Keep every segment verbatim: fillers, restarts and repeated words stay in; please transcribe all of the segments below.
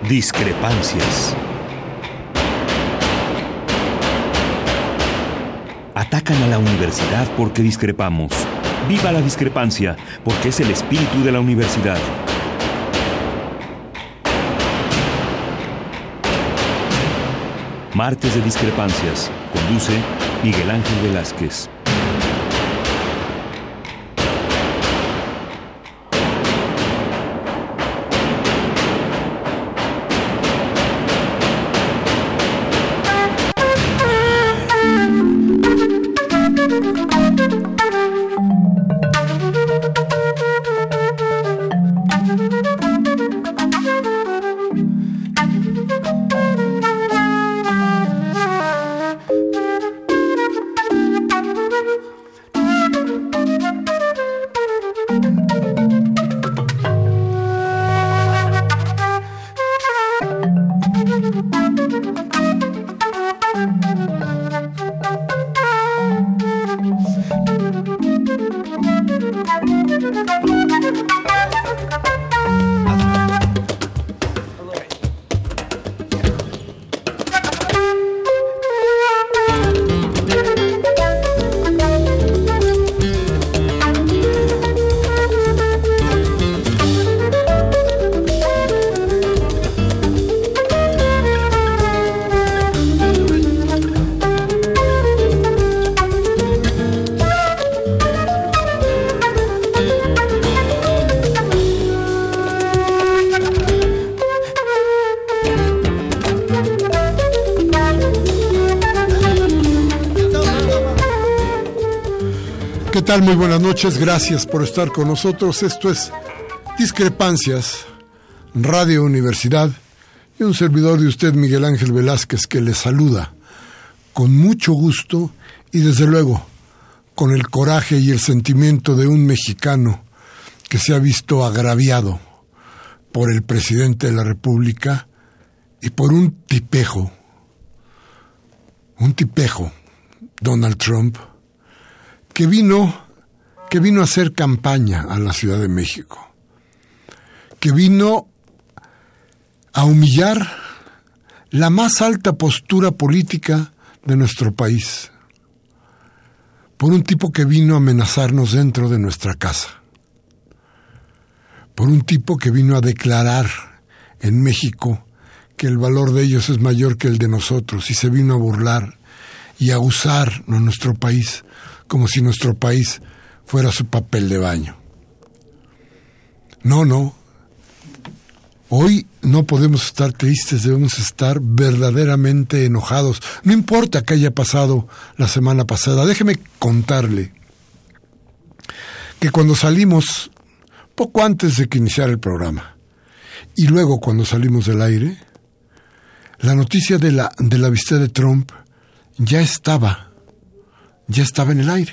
Discrepancias. Atacan a la universidad porque discrepamos. ¡Viva la discrepancia! Porque es el espíritu de la universidad. Martes de Discrepancias. Conduce Miguel Ángel Velázquez. ¿Qué tal? Muy buenas noches, gracias por estar con nosotros. Esto es Discrepancias, Radio Universidad, y un servidor de usted, Miguel Ángel Velázquez, que le saluda con mucho gusto y desde luego con el coraje y el sentimiento de un mexicano que se ha visto agraviado por el presidente de la República y por un tipejo, un tipejo, Donald Trump, que vino, que vino a hacer campaña a la Ciudad de México, que vino a humillar la más alta postura política de nuestro país, por un tipo que vino a amenazarnos dentro de nuestra casa, por un tipo que vino a declarar en México que el valor de ellos es mayor que el de nosotros, y se vino a burlar y a usar a nuestro país como si nuestro país fuera su papel de baño. No, no. Hoy no podemos estar tristes, debemos estar verdaderamente enojados. No importa que haya pasado la semana pasada. Déjeme contarle que cuando salimos, poco antes de que iniciara el programa, y luego cuando salimos del aire, la noticia de la, de la visita de Trump ya estaba ya estaba en el aire.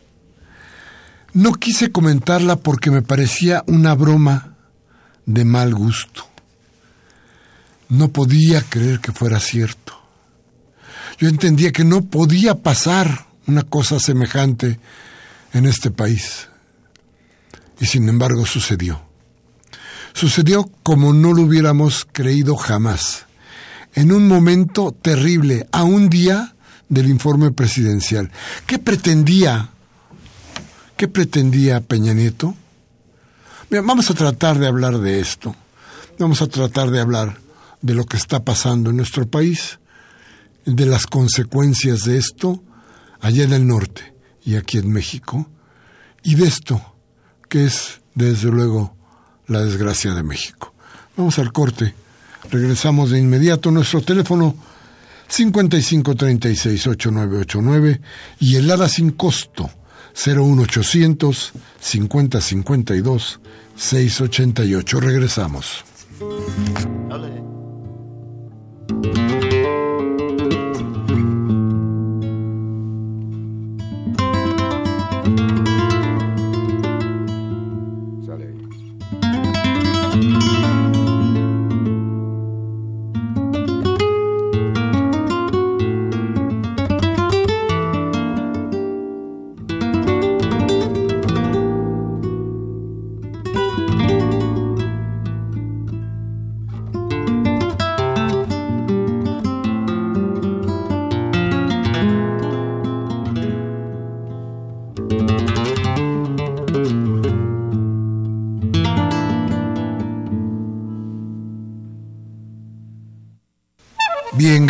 No quise comentarla porque me parecía una broma de mal gusto. No podía creer que fuera cierto. Yo entendía que no podía pasar una cosa semejante en este país. Y sin embargo sucedió. Sucedió como no lo hubiéramos creído jamás. En un momento terrible, a un día del informe presidencial. ¿Qué pretendía? ¿Qué pretendía Peña Nieto? Mira, vamos a tratar de hablar de esto. Vamos a tratar de hablar de lo que está pasando en nuestro país, de las consecuencias de esto allá en el norte y aquí en México, y de esto que es, desde luego, la desgracia de México. Vamos al corte. Regresamos de inmediato. Nuestro teléfono cincuenta y cinco treinta y seis ochenta y nueve ochenta y nueve y el A D A sin costo cero uno ochocientos cincuenta cincuenta y dos seiscientos ochenta y ocho. Regresamos. Dale.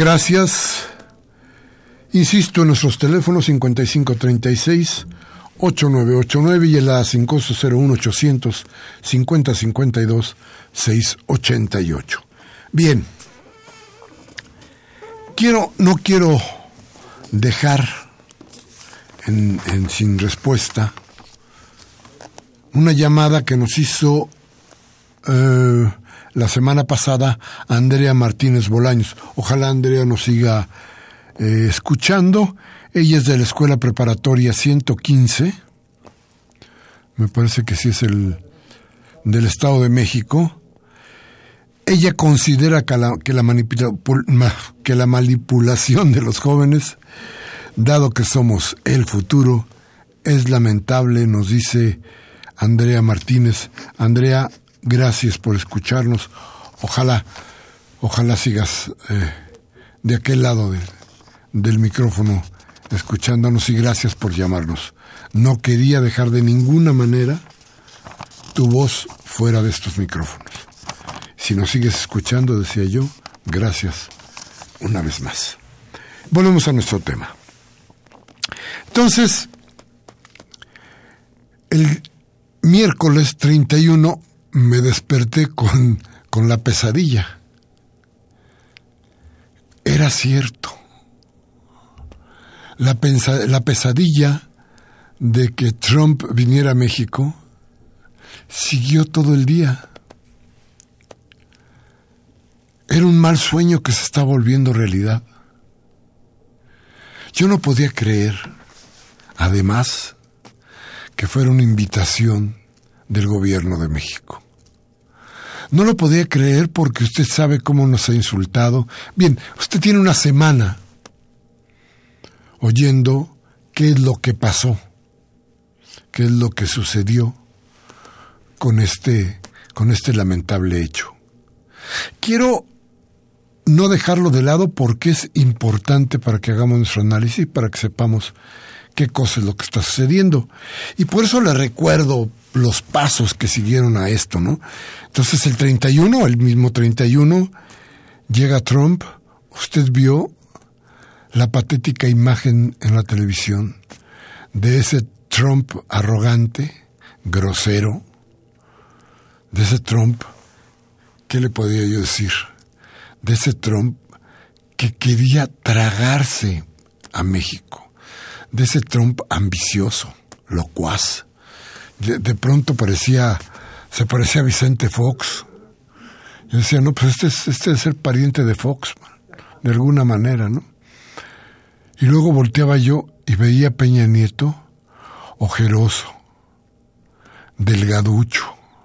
gracias. Insisto en nuestros teléfonos cincuenta y cinco treinta y seis ochenta y nueve ochenta y nueve y en la sin costo cero uno ochocientos cincuenta cincuenta y dos seiscientos ochenta y ocho. Bien, quiero, no quiero dejar en, en sin respuesta una llamada que nos hizo eh, la semana pasada Andrea Martínez Bolaños. Ojalá Andrea nos siga eh, escuchando. Ella es de la Escuela Preparatoria ciento quince, me parece que sí es el del Estado de México. Ella considera que la, que la, manipula, que la manipulación de los jóvenes, dado que somos el futuro, es lamentable, nos dice Andrea Martínez. Andrea, gracias por escucharnos. Ojalá, ojalá sigas eh, de aquel lado de, del micrófono escuchándonos y gracias por llamarnos. No quería dejar de ninguna manera tu voz fuera de estos micrófonos. Si nos sigues escuchando, decía yo, gracias una vez más. Volvemos a nuestro tema. Entonces, el miércoles treinta y uno me desperté con, con la pesadilla. Era cierto. La, pensa, la pesadilla de que Trump viniera a México siguió todo el día. Era un mal sueño que se está volviendo realidad. Yo no podía creer, además, que fuera una invitación del gobierno de México. No lo podía creer porque usted sabe cómo nos ha insultado. Bien, usted tiene una semana oyendo qué es lo que pasó, qué es lo que sucedió con este, con este lamentable hecho. Quiero no dejarlo de lado porque es importante para que hagamos nuestro análisis, para que sepamos qué cosa es lo que está sucediendo. Y por eso le recuerdo los pasos que siguieron a esto, ¿no? Entonces el treinta y uno, el mismo treinta y uno, llega Trump. Usted vio la patética imagen en la televisión de ese Trump arrogante, grosero, de ese Trump, ¿qué le podría yo decir? De ese Trump que quería tragarse a México, de ese Trump ambicioso, locuaz. De, de pronto parecía, se parecía a Vicente Fox. Yo decía, no, pues este es, este es el pariente de Fox, de alguna manera, ¿no? Y luego volteaba yo y veía a Peña Nieto ojeroso, delgaducho,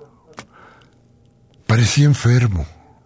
parecía enfermo.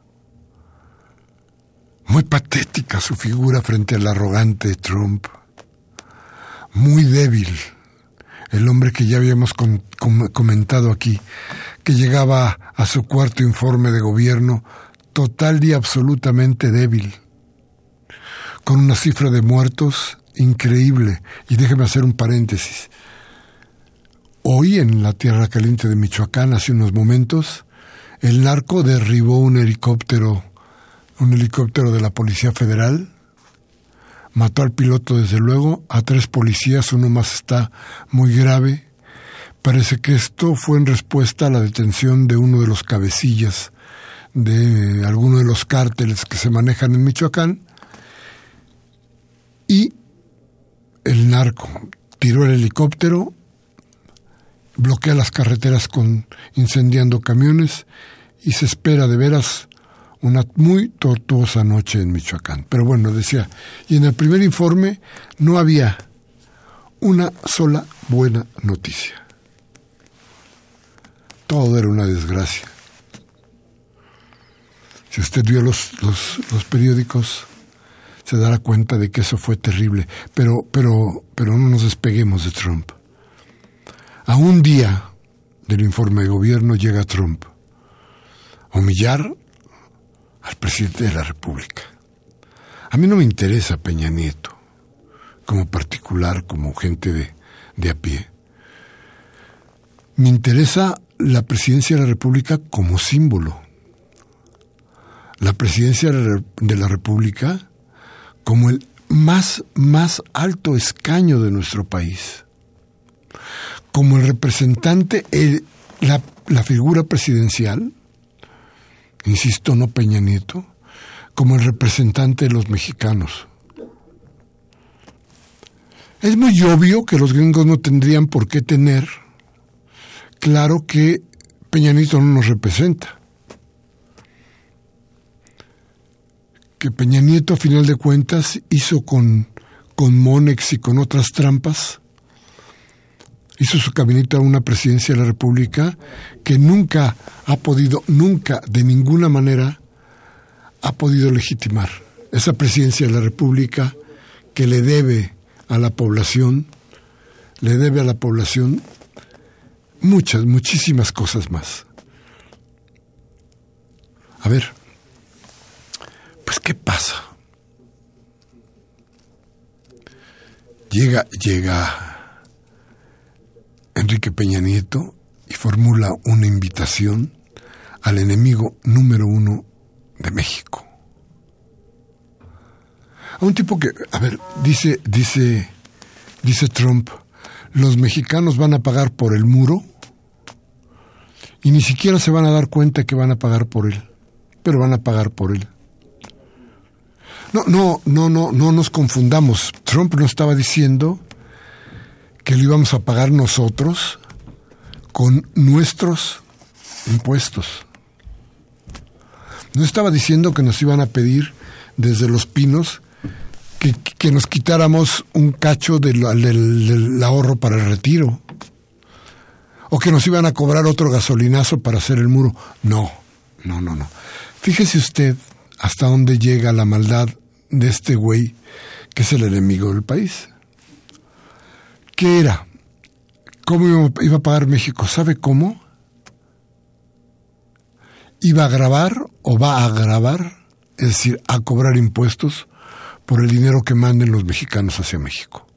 Muy patética su figura frente al arrogante Trump. Muy débil. El hombre que ya habíamos con, com, comentado aquí, que llegaba a su cuarto informe de gobierno total y absolutamente débil, con una cifra de muertos increíble. Y déjeme hacer un paréntesis. Hoy, en la Tierra Caliente de Michoacán, hace unos momentos, el narco derribó un helicóptero, un helicóptero de la Policía Federal, mató al piloto desde luego, a tres policías, uno más está muy grave. Parece que esto fue en respuesta a la detención de uno de los cabecillas de alguno de los cárteles que se manejan en Michoacán, y el narco tiró el helicóptero, bloquea las carreteras con incendiando camiones y se espera de veras una muy tortuosa noche en Michoacán. Pero bueno, decía, y en el primer informe no había una sola buena noticia. Todo era una desgracia. Si usted vio los, los, los periódicos, se dará cuenta de que eso fue terrible. Pero, pero, pero no nos despeguemos de Trump. A un día del informe de gobierno llega Trump a humillar al presidente de la República. A mí no me interesa Peña Nieto como particular, como gente de, de a pie. Me interesa la presidencia de la República como símbolo. La presidencia de la República como el más, más alto escaño de nuestro país, como el representante, el, la, la figura presidencial, insisto, no Peña Nieto, como el representante de los mexicanos. Es muy obvio que los gringos no tendrían por qué tener claro que Peña Nieto no nos representa. Que Peña Nieto, a final de cuentas, hizo con, con Monex y con otras trampas, hizo su caminito a una presidencia de la República que nunca ha podido, nunca, de ninguna manera, ha podido legitimar. Esa presidencia de la República que le debe a la población, le debe a la población muchas, muchísimas cosas más. A ver, pues ¿qué pasa? Llega, llega Enrique Peña Nieto y formula una invitación al enemigo número uno de México. A un tipo que, a ver, dice, dice, dice Trump, los mexicanos van a pagar por el muro y ni siquiera se van a dar cuenta que van a pagar por él, pero van a pagar por él. No, no, no, no, no nos confundamos. Trump no estaba diciendo que lo íbamos a pagar nosotros con nuestros impuestos. No estaba diciendo que nos iban a pedir desde Los Pinos que, que nos quitáramos un cacho del, del, del ahorro para el retiro, o que nos iban a cobrar otro gasolinazo para hacer el muro. No, no, no, no. Fíjese usted hasta dónde llega la maldad de este güey que es el enemigo del país. ¿Qué era? ¿Cómo iba a pagar México? ¿Sabe cómo? Iba a grabar o va a grabar, es decir, a cobrar impuestos por el dinero que manden los mexicanos hacia México.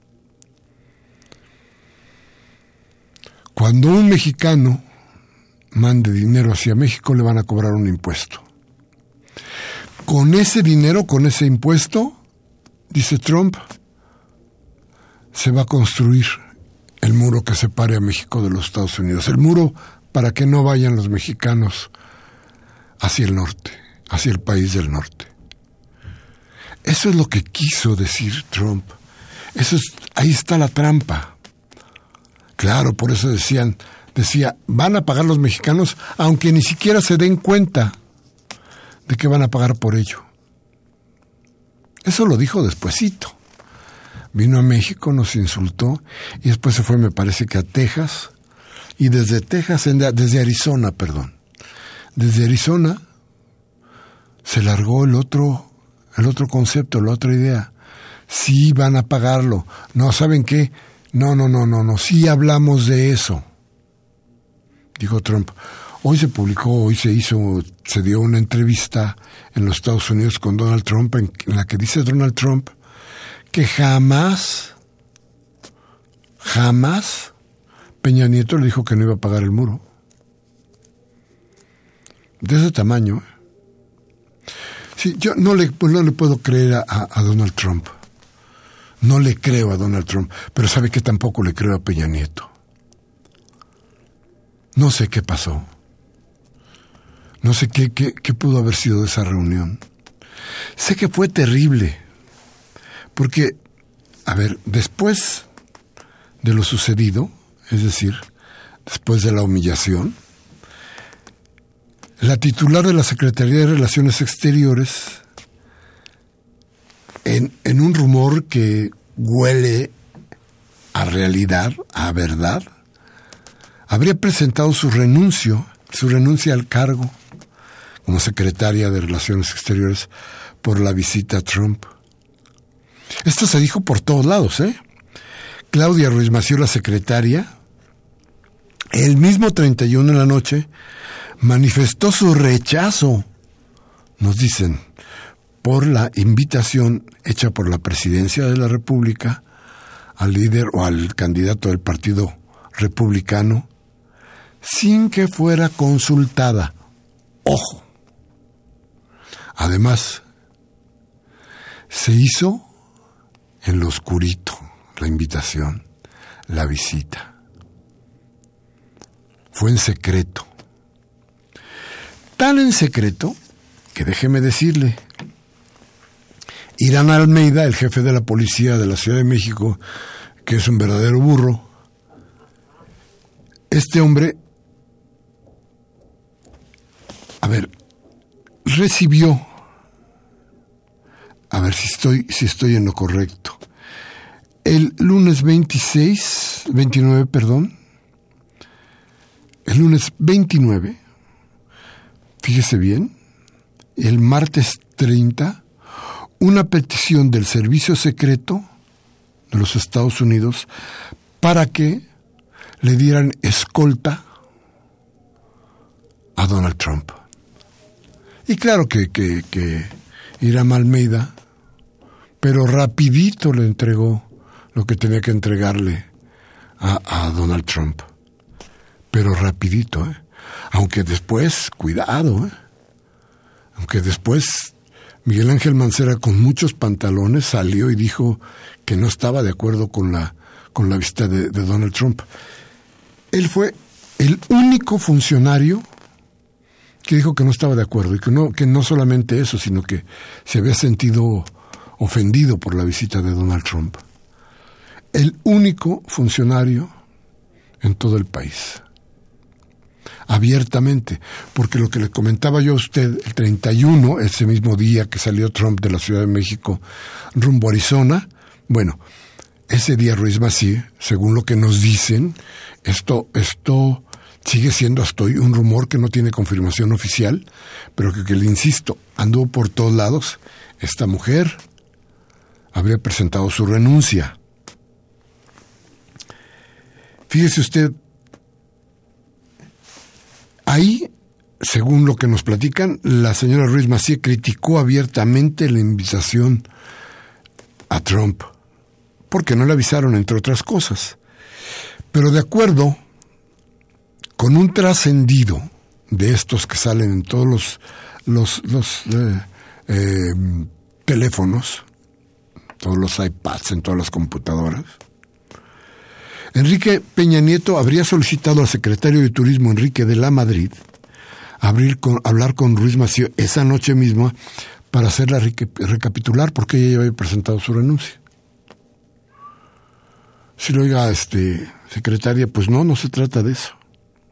Cuando un mexicano mande dinero hacia México, le van a cobrar un impuesto. Con ese dinero, con ese impuesto, dice Trump, se va a construir el muro que separe a México de los Estados Unidos. El muro para que no vayan los mexicanos hacia el norte, hacia el país del norte. Eso es lo que quiso decir Trump. Eso es, ahí está la trampa. Claro, por eso decían, decía, van a pagar los mexicanos, aunque ni siquiera se den cuenta de que van a pagar por ello. Eso lo dijo despuesito. Vino a México, nos insultó, y después se fue, me parece que a Texas, y desde Texas, desde Arizona, perdón, desde Arizona se largó el otro, el otro concepto, la otra idea. Sí van a pagarlo. No, ¿saben qué? No, no, no, no, no, sí hablamos de eso, dijo Trump. Hoy se publicó, hoy se hizo, se dio una entrevista en los Estados Unidos con Donald Trump, en, en la que dice Donald Trump que jamás, jamás Peña Nieto le dijo que no iba a pagar el muro. De ese tamaño. Sí, yo no le, pues no le puedo creer a, a Donald Trump. No le creo a Donald Trump, pero sabe que tampoco le creo a Peña Nieto. No sé qué pasó. No sé qué, qué, qué pudo haber sido de esa reunión. Sé que fue terrible. Porque, a ver, después de lo sucedido, es decir, después de la humillación, la titular de la Secretaría de Relaciones Exteriores, en, en un rumor que huele a realidad, a verdad, habría presentado su renuncio, su renuncia al cargo como secretaria de Relaciones Exteriores por la visita a Trump. Esto se dijo por todos lados, ¿eh? Claudia Ruiz Massieu, la secretaria, el mismo treinta y uno en la noche, manifestó su rechazo, nos dicen, por la invitación hecha por la Presidencia de la República al líder o al candidato del Partido Republicano, sin que fuera consultada. Ojo. Además, Se hizo en lo oscurito la invitación, la visita. Fue en secreto. Tan en secreto que déjeme decirle, Irán Almeida, el jefe de la policía de la Ciudad de México, que es un verdadero burro, este hombre, a ver, recibió, a ver si estoy, si estoy en lo correcto, el lunes veintiséis, veintinueve, perdón, el lunes veintinueve, fíjese bien, el martes treinta, una petición del Servicio Secreto de los Estados Unidos para que le dieran escolta a Donald Trump. Y claro que, que, que Irán Almeida, pero rapidito le entregó lo que tenía que entregarle a, a Donald Trump. Pero rapidito, ¿eh? Aunque después, cuidado, ¿eh? Aunque después Miguel Ángel Mancera, con muchos pantalones, salió y dijo que no estaba de acuerdo con la, con la visita de, de Donald Trump. Él fue el único funcionario que dijo que no estaba de acuerdo, y que no, que no solamente eso, sino que se había sentido ofendido por la visita de Donald Trump. El único funcionario en todo el país. Abiertamente, porque lo que le comentaba yo a usted, el treinta y uno, ese mismo día que salió Trump de la Ciudad de México rumbo a Arizona, bueno, ese día Ruiz Massieu, según lo que nos dicen, esto, esto sigue siendo hasta hoy un rumor que no tiene confirmación oficial, pero que, que le insisto, anduvo por todos lados. Esta mujer habría presentado su renuncia. Fíjese usted, ahí, según lo que nos platican, la señora Ruiz Massieu criticó abiertamente la invitación a Trump, porque no le avisaron, entre otras cosas. Pero de acuerdo con un trascendido de estos que salen en todos los, los, los eh, eh, teléfonos, todos los iPads, en todas las computadoras, Enrique Peña Nieto habría solicitado al secretario de Turismo, Enrique de la Madrid, abrir con, hablar con Ruiz Massieu esa noche misma para hacerla recapitular, porque ella ya había presentado su renuncia. Si lo oiga, este, secretaria, pues no, no se trata de eso.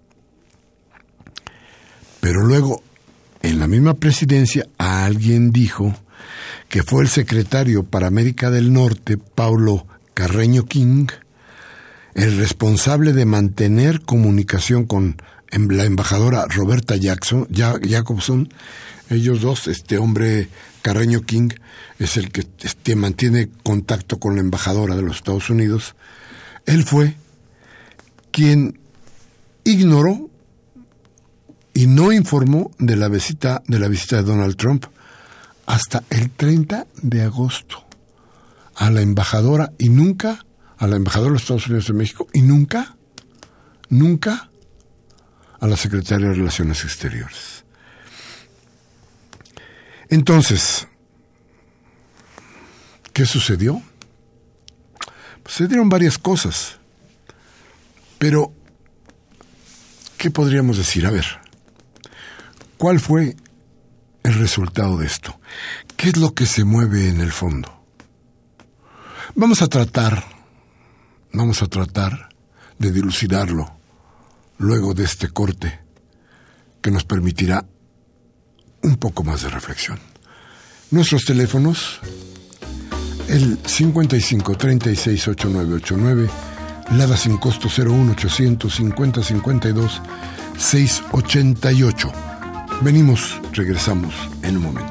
Pero luego, en la misma presidencia, alguien dijo que fue el secretario para América del Norte, Paulo Carreño King, el responsable de mantener comunicación con la embajadora Roberta Jackson, Jacobson. Ellos dos, este hombre Carreño King es el que este, mantiene contacto con la embajadora de los Estados Unidos. Él fue quien ignoró y no informó de la visita de la visita de Donald Trump hasta el treinta de agosto a la embajadora y nunca a la embajadora de los Estados Unidos de México y nunca, nunca a la secretaria de Relaciones Exteriores. Entonces, ¿qué sucedió? Pues se dieron varias cosas, pero ¿qué podríamos decir? A ver, ¿cuál fue el resultado de esto? ¿Qué es lo que se mueve en el fondo? Vamos a tratar Vamos a tratar de dilucidarlo luego de este corte que nos permitirá un poco más de reflexión. Nuestros teléfonos, el cincuenta y cinco, treinta y seis, ochenta y nueve ochenta y nueve, Lada sin costo cero uno ochocientos cincuenta cincuenta y dos seiscientos ochenta y ocho. Venimos, regresamos en un momento.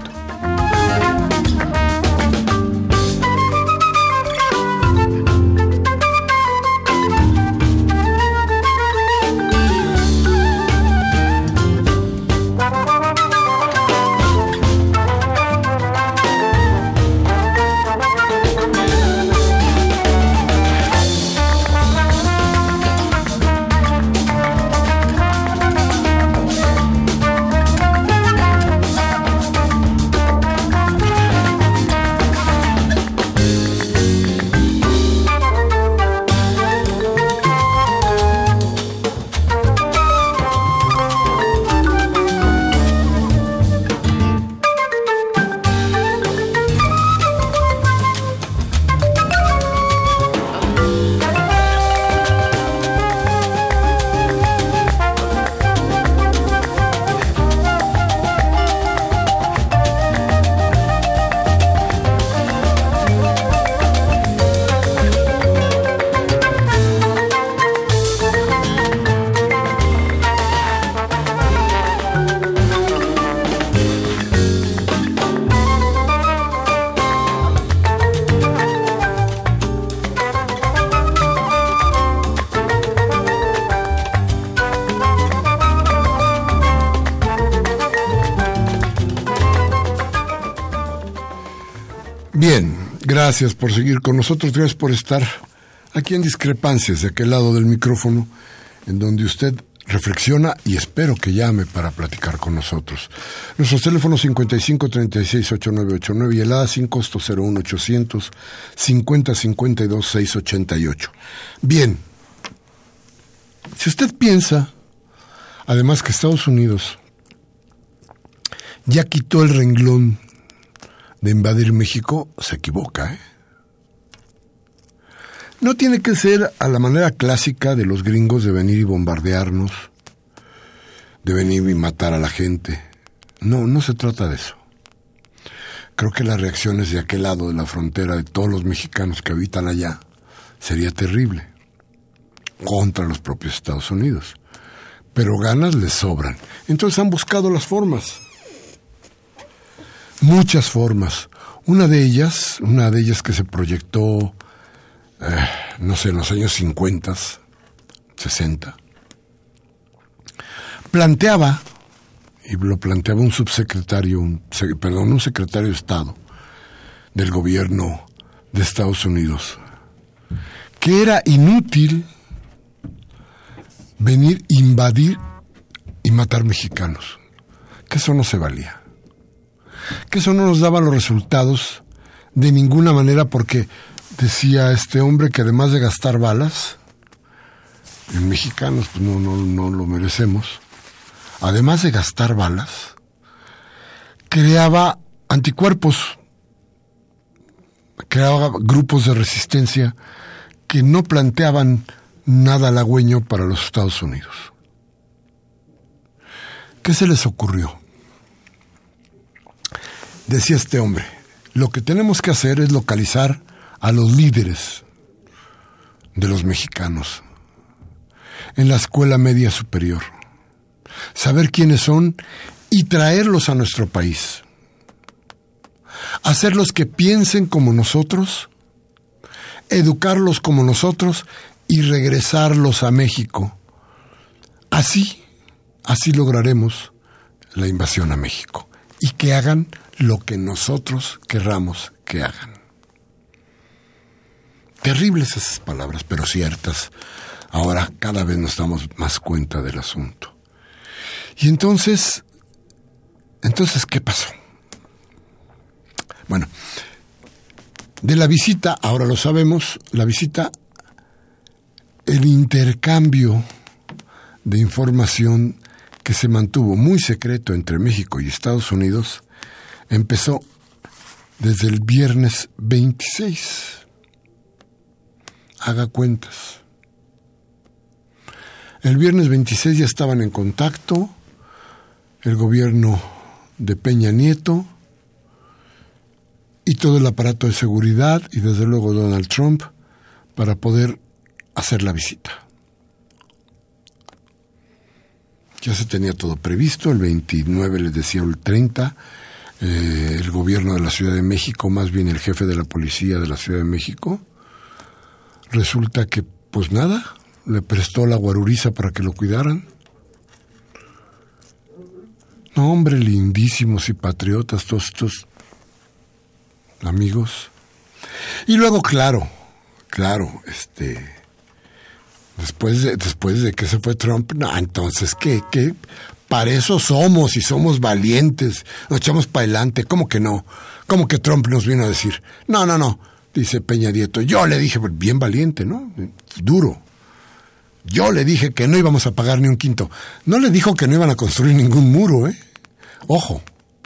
Bien, gracias por seguir con nosotros, gracias por estar aquí en Discrepancias, de aquel lado del micrófono, en donde usted reflexiona y espero que llame para platicar con nosotros. Nuestros teléfonos cincuenta y cinco, treinta y seis, ochenta y nueve ochenta y nueve y el A D A sin costo cero uno ochocientos cincuenta cincuenta y dos seiscientos ochenta y ocho. Bien, si usted piensa, además, que Estados Unidos ya quitó el renglón de invadir México, se equivoca, ¿eh? No tiene que ser a la manera clásica de los gringos de venir y bombardearnos, de venir y matar a la gente. No, no se trata de eso. Creo que las reacciones de aquel lado de la frontera de todos los mexicanos que habitan allá sería terrible contra los propios Estados Unidos. Pero ganas les sobran. Entonces han buscado las formas. Muchas formas. Una de ellas, una de ellas que se proyectó, eh, no sé, en los años cincuenta, sesenta, planteaba, y lo planteaba un subsecretario, un, perdón, un secretario de Estado del gobierno de Estados Unidos, que era inútil venir, invadir y matar mexicanos, que eso no se valía, que eso no nos daba los resultados de ninguna manera, porque decía este hombre que además de gastar balas, en mexicanos pues no, no, no lo merecemos, además de gastar balas, creaba anticuerpos, creaba grupos de resistencia que no planteaban nada halagüeño para los Estados Unidos. ¿Qué se les ocurrió? Decía este hombre, lo que tenemos que hacer es localizar a los líderes de los mexicanos en la escuela media superior, saber quiénes son y traerlos a nuestro país, hacerlos que piensen como nosotros, educarlos como nosotros y regresarlos a México. Así, así lograremos la invasión a México y que hagan lo que nosotros querramos que hagan. Terribles esas palabras, pero ciertas. Ahora cada vez nos damos más cuenta del asunto. Y entonces, entonces, ¿qué pasó? Bueno, de la visita, ahora lo sabemos, la visita, el intercambio de información que se mantuvo muy secreto entre México y Estados Unidos empezó desde el viernes veintiséis. Haga cuentas. El viernes veintiséis ya estaban en contacto el gobierno de Peña Nieto y todo el aparato de seguridad y desde luego Donald Trump para poder hacer la visita. Ya se tenía todo previsto, el veintinueve, les decía, el treinta, eh, el gobierno de la Ciudad de México, más bien el jefe de la policía de la Ciudad de México, resulta que, pues nada, le prestó la guaruriza para que lo cuidaran. No, hombre, lindísimos y patriotas todos estos amigos. Y luego, claro, claro, este... Después de, después de que se fue Trump, no, entonces, ¿qué? ¿Qué? Para eso somos, y somos valientes, nos echamos para adelante. ¿Cómo que no? ¿Cómo que Trump nos vino a decir? No, no, no, dice Peña Nieto. Yo le dije, bien valiente, ¿no? Duro. Yo le dije que no íbamos a pagar ni un quinto. No le dijo que no iban a construir ningún muro, ¿eh? Ojo.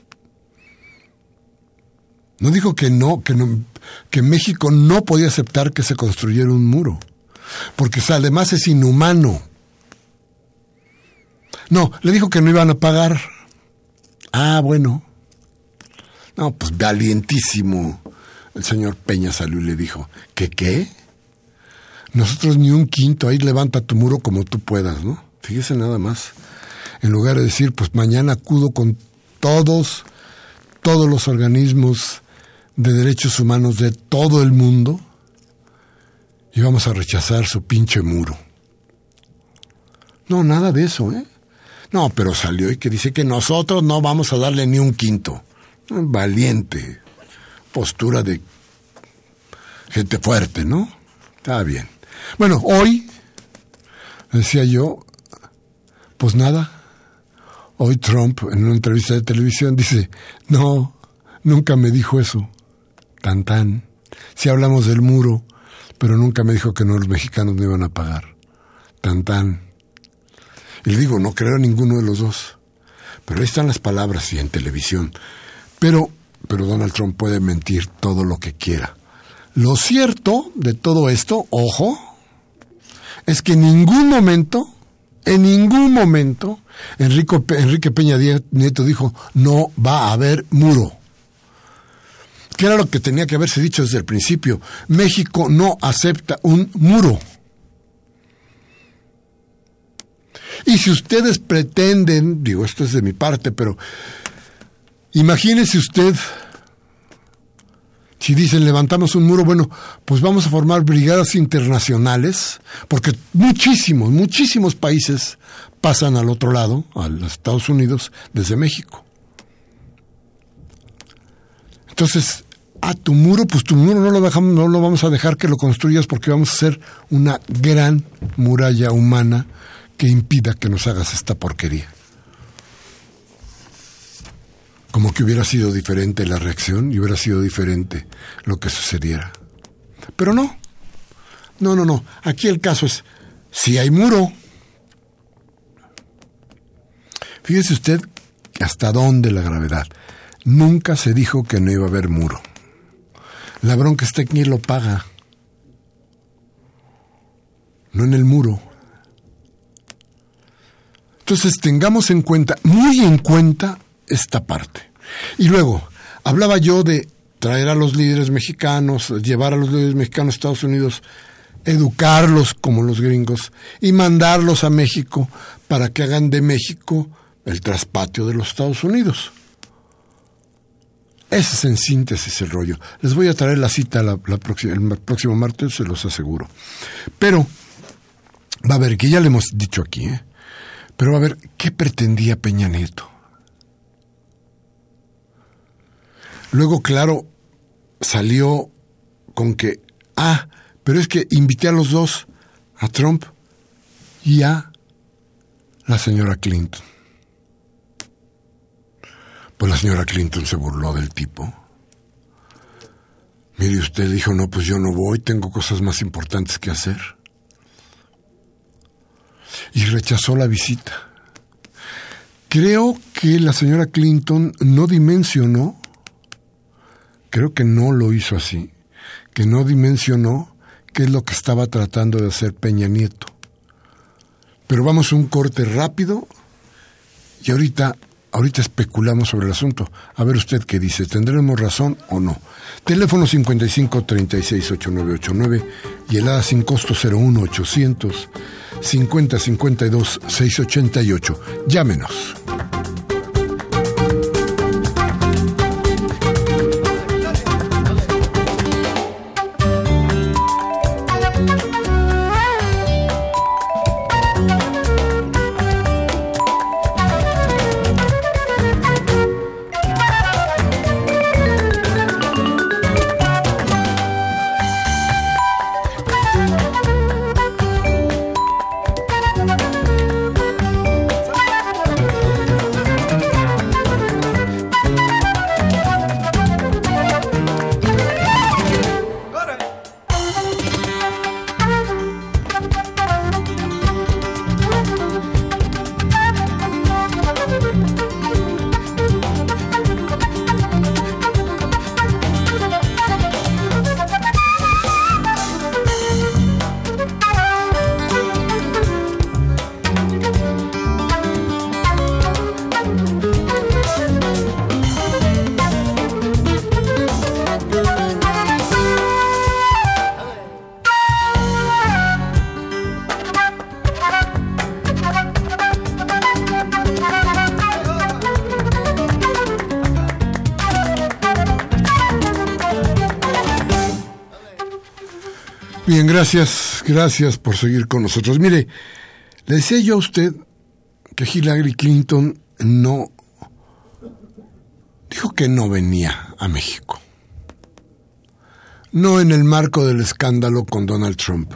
No dijo que no, que no, que México no podía aceptar que se construyera un muro. Porque además es inhumano. No, le dijo que no iban a pagar. Ah, bueno. No, pues valientísimo. El señor Peña salió y le dijo, ¿qué qué? Nosotros ni un quinto, ahí levanta tu muro como tú puedas, ¿no? Fíjese nada más. En lugar de decir, pues mañana acudo con todos, todos los organismos de derechos humanos de todo el mundo, y vamos a rechazar su pinche muro. No, nada de eso, ¿eh? No, pero salió y que dice que nosotros no vamos a darle ni un quinto. Valiente, postura de gente fuerte, ¿no? Está bien. Bueno, hoy, decía yo, pues nada, hoy Trump en una entrevista de televisión dice, no, nunca me dijo eso, tan tan, si hablamos del muro, pero nunca me dijo que no, los mexicanos no iban a pagar, tan tan. Y le digo, no creo a ninguno de los dos, pero ahí están las palabras y en televisión. Pero, pero Donald Trump puede mentir todo lo que quiera. Lo cierto de todo esto, ojo, es que en ningún momento, en ningún momento, Enrico, Enrique Peña Nieto dijo, no va a haber muro. Que era lo que tenía que haberse dicho desde el principio. México no acepta un muro. Y si ustedes pretenden, digo, esto es de mi parte, pero imagínese usted, si dicen levantamos un muro, bueno, pues vamos a formar brigadas internacionales, porque muchísimos, muchísimos países pasan al otro lado, a los Estados Unidos, desde México. Entonces, a tu muro, pues tu muro no lo dejamos, no lo vamos a dejar que lo construyas porque vamos a hacer una gran muralla humana que impida que nos hagas esta porquería. Como que hubiera sido diferente la reacción y hubiera sido diferente lo que sucediera. Pero no, no, no, no. Aquí el caso es, si hay muro. Fíjese usted hasta dónde la gravedad. Nunca se dijo que no iba a haber muro. La bronca está en quién lo paga. No en el muro. Entonces tengamos en cuenta, muy en cuenta, esta parte. Y luego, hablaba yo de traer a los líderes mexicanos, llevar a los líderes mexicanos a Estados Unidos, educarlos como los gringos y mandarlos a México para que hagan de México el traspatio de los Estados Unidos. Ese es en síntesis el rollo. Les voy a traer la cita la, la próxima, el próximo martes, se los aseguro. Pero, va a ver, que ya le hemos dicho aquí, ¿eh? Pero a ver, ¿qué pretendía Peña Nieto? Luego, claro, salió con que, ah, pero es que invité a los dos, a Trump y a la señora Clinton. Pues la señora Clinton se burló del tipo. Mire, usted dijo, no, pues yo no voy, tengo cosas más importantes que hacer. Y rechazó la visita. Creo que la señora Clinton no dimensionó, creo que no lo hizo así, que no dimensionó qué es lo que estaba tratando de hacer Peña Nieto. Pero vamos a un corte rápido y ahorita, ahorita especulamos sobre el asunto. A ver usted qué dice, ¿tendremos razón o no? Teléfono cincuenta y cinco, treinta y seis, ochenta y nueve ochenta y nueve y el A D A sin costo cero uno ochocientos cincuenta cincuenta y dos seiscientos ochenta y ocho. Llámenos. Bien, gracias, gracias por seguir con nosotros. Mire, le decía yo a usted que Hillary Clinton no, dijo que no venía a México. no en el marco del escándalo con Donald Trump.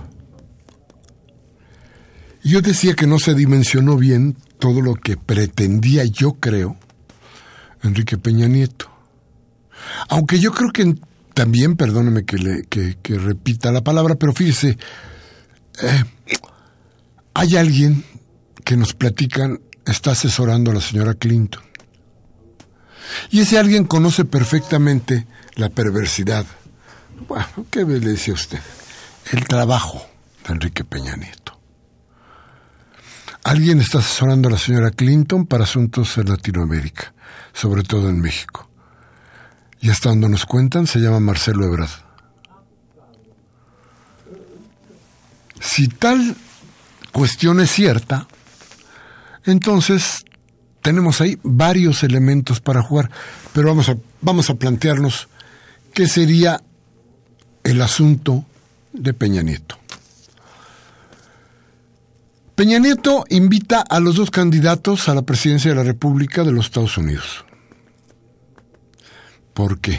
Yo decía que no se dimensionó bien todo lo que pretendía, yo creo, Enrique Peña Nieto. Aunque yo creo que también, perdóneme que, le, que, que repita la palabra, pero fíjese, eh, hay alguien que nos platican, está asesorando a la señora Clinton. Y ese alguien conoce perfectamente la perversidad. Bueno, ¿qué le decía usted? El trabajo de Enrique Peña Nieto. Alguien está asesorando a la señora Clinton para asuntos en Latinoamérica, sobre todo en México. Y hasta donde nos cuentan, se llama Marcelo Ebrard. Si tal cuestión es cierta, entonces tenemos ahí varios elementos para jugar, pero vamos a, vamos a plantearnos qué sería el asunto de Peña Nieto. Peña Nieto invita a los dos candidatos a la presidencia de la República de los Estados Unidos. ¿Por qué?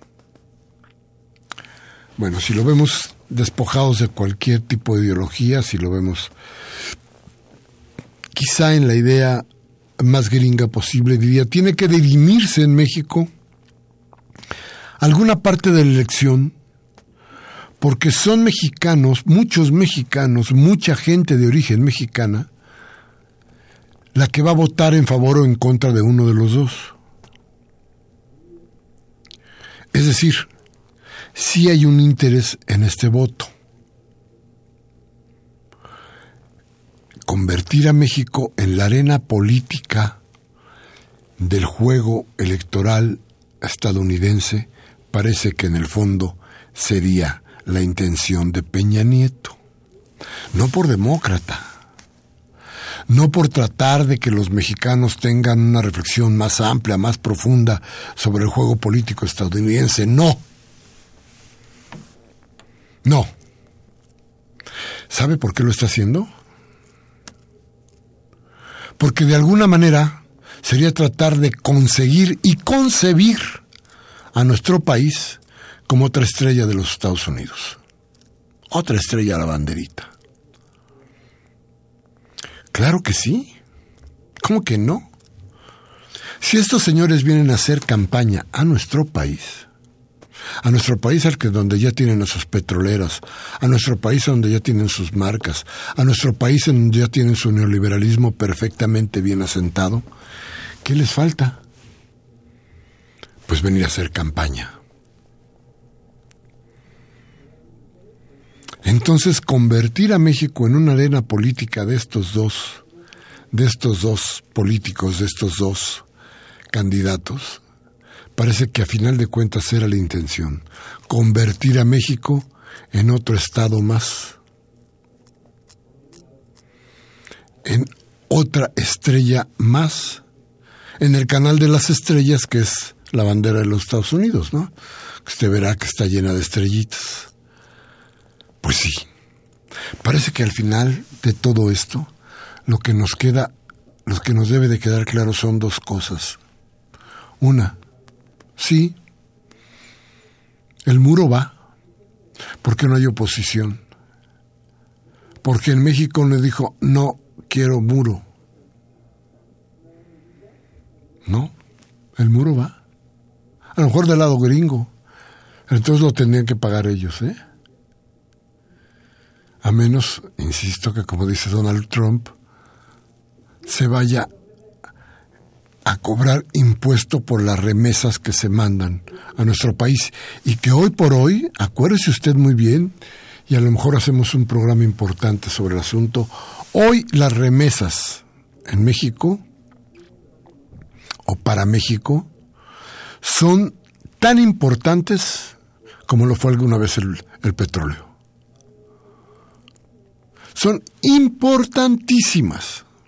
Bueno, si lo vemos despojados de cualquier tipo de ideología, si lo vemos quizá en la idea más gringa posible, diría, tiene que dirimirse en México alguna parte de la elección, porque son mexicanos, muchos mexicanos, mucha gente de origen mexicana, la que va a votar en favor o en contra de uno de los dos. Es decir, sí hay un interés en este voto. Convertir a México en la arena política del juego electoral estadounidense parece que en el fondo sería la intención de Peña Nieto. No por demócrata, no por tratar de que los mexicanos tengan una reflexión más amplia, más profunda sobre el juego político estadounidense, no. No. ¿Sabe por qué lo está haciendo? Porque de alguna manera sería tratar de conseguir y concebir a nuestro país como otra estrella de los Estados Unidos. Otra estrella a la banderita. Claro que sí. ¿Cómo que no? Si estos señores vienen a hacer campaña a nuestro país, a nuestro país al que donde ya tienen a sus petroleras, a nuestro país donde ya tienen sus marcas, a nuestro país en donde ya tienen su neoliberalismo perfectamente bien asentado, ¿qué les falta? Pues venir a hacer campaña. Entonces, convertir a México en una arena política de estos dos, de estos dos políticos, de estos dos candidatos, parece que a final de cuentas era la intención. Convertir a México en otro estado más, en otra estrella más, en el canal de las estrellas, que es la bandera de los Estados Unidos, ¿no? Usted verá que está llena de estrellitas. Pues sí, parece que al final de todo esto, lo que nos queda, lo que nos debe de quedar claro son dos cosas. Una, sí, el muro va, porque no hay oposición. Porque en México le dijo, no quiero muro. No, el muro va. A lo mejor del lado gringo. Entonces lo tendrían que pagar ellos, ¿eh? A menos, insisto, que como dice Donald Trump, se vaya a cobrar impuesto por las remesas que se mandan a nuestro país. Y que hoy por hoy, acuérdese usted muy bien, y a lo mejor hacemos un programa importante sobre el asunto, hoy las remesas en México, o para México, son tan importantes como lo fue alguna vez el, el petróleo. Son importantísimas.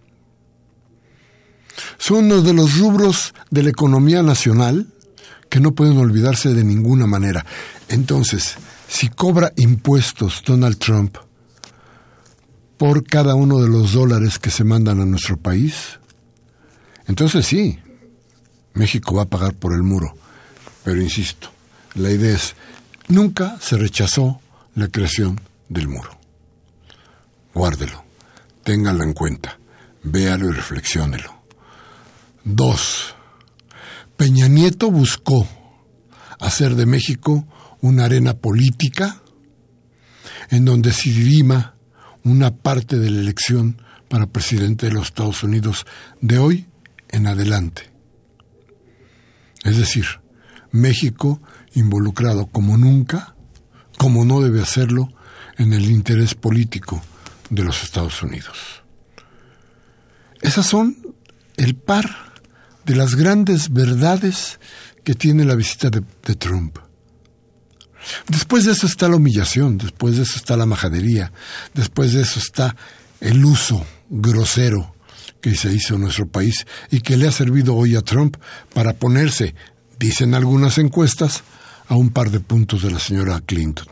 Son uno de los rubros de la economía nacional que no pueden olvidarse de ninguna manera. Entonces, si cobra impuestos Donald Trump por cada uno de los dólares que se mandan a nuestro país, entonces sí, México va a pagar por el muro. Pero insisto, la idea es Nunca se rechazó la creación del muro. Guárdelo, téngalo en cuenta, véalo y reflexiónelo. Dos, Peña Nieto buscó hacer de México una arena política en donde se dirima una parte de la elección para presidente de los Estados Unidos de hoy en adelante. Es decir, México involucrado como nunca, como no debe hacerlo, en el interés político de los Estados Unidos. Esas son el par de las grandes verdades que tiene la visita de, de Trump. Después de eso está la humillación, después de eso está la majadería, después de eso está el uso grosero que se hizo en nuestro país y que le ha servido hoy a Trump para ponerse, dicen algunas encuestas, a un par de puntos de la señora Clinton.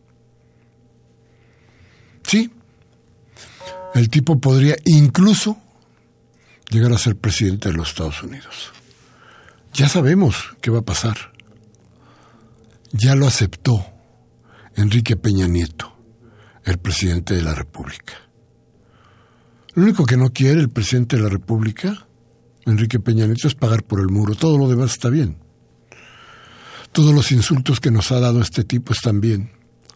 Sí, el tipo podría incluso llegar a ser presidente de los Estados Unidos. Ya sabemos qué va a pasar. Ya lo aceptó Enrique Peña Nieto, el presidente de la República. Lo único que no quiere el presidente de la República, Enrique Peña Nieto, es pagar por el muro. Todo lo demás está bien. Todos los insultos que nos ha dado este tipo están bien.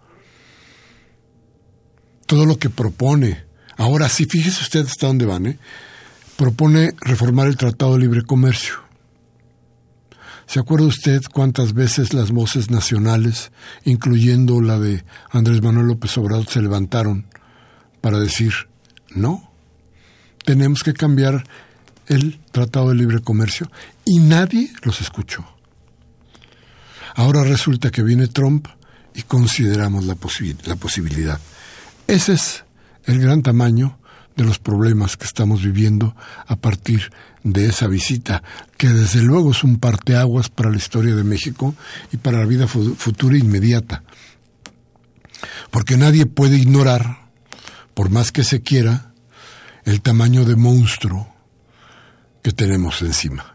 Todo lo que propone. Ahora sí, fíjese usted hasta dónde van, ¿eh? Propone reformar el Tratado de Libre Comercio. ¿Se acuerda usted cuántas veces las voces nacionales, incluyendo la de Andrés Manuel López Obrador, se levantaron para decir no? Tenemos que cambiar el Tratado de Libre Comercio y nadie los escuchó. Ahora resulta que viene Trump y consideramos la, posi- la posibilidad. Ese es el gran tamaño de los problemas que estamos viviendo a partir de esa visita, que desde luego es un parteaguas para la historia de México y para la vida fu- futura inmediata. Porque nadie puede ignorar, por más que se quiera, el tamaño de monstruo que tenemos encima.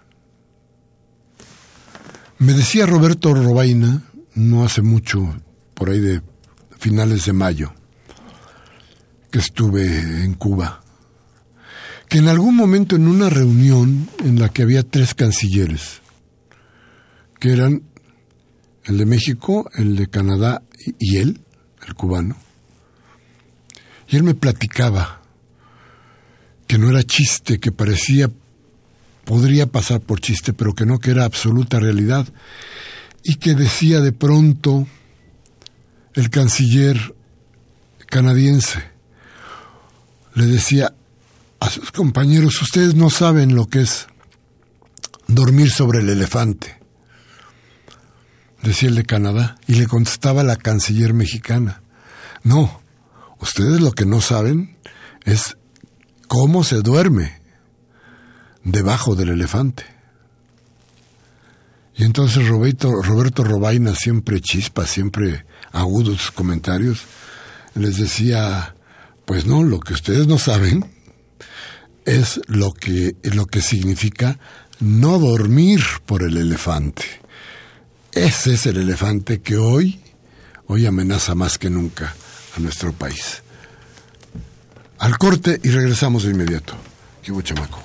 Me decía Roberto Robaina, no hace mucho, por ahí de finales de mayo, que estuve en Cuba, que en algún momento en una reunión en la que había tres cancilleres, que eran el de México, el de Canadá y él, el cubano, y él me platicaba que no era chiste, que parecía, podría pasar por chiste, pero que no, que era absoluta realidad, y que decía de pronto el canciller canadiense, le decía a sus compañeros, ustedes no saben lo que es dormir sobre el elefante, decía el de Canadá, y le contestaba la canciller mexicana, no, ustedes lo que no saben es cómo se duerme debajo del elefante. Y entonces Roberto, Roberto Robaina, siempre chispa, siempre agudo sus comentarios, les decía, pues no, lo que ustedes no saben es lo que, lo que significa no dormir por el elefante. Ese es el elefante que hoy, hoy amenaza más que nunca a nuestro país. Al corte y regresamos de inmediato. ¿Qué hubo, chamaco?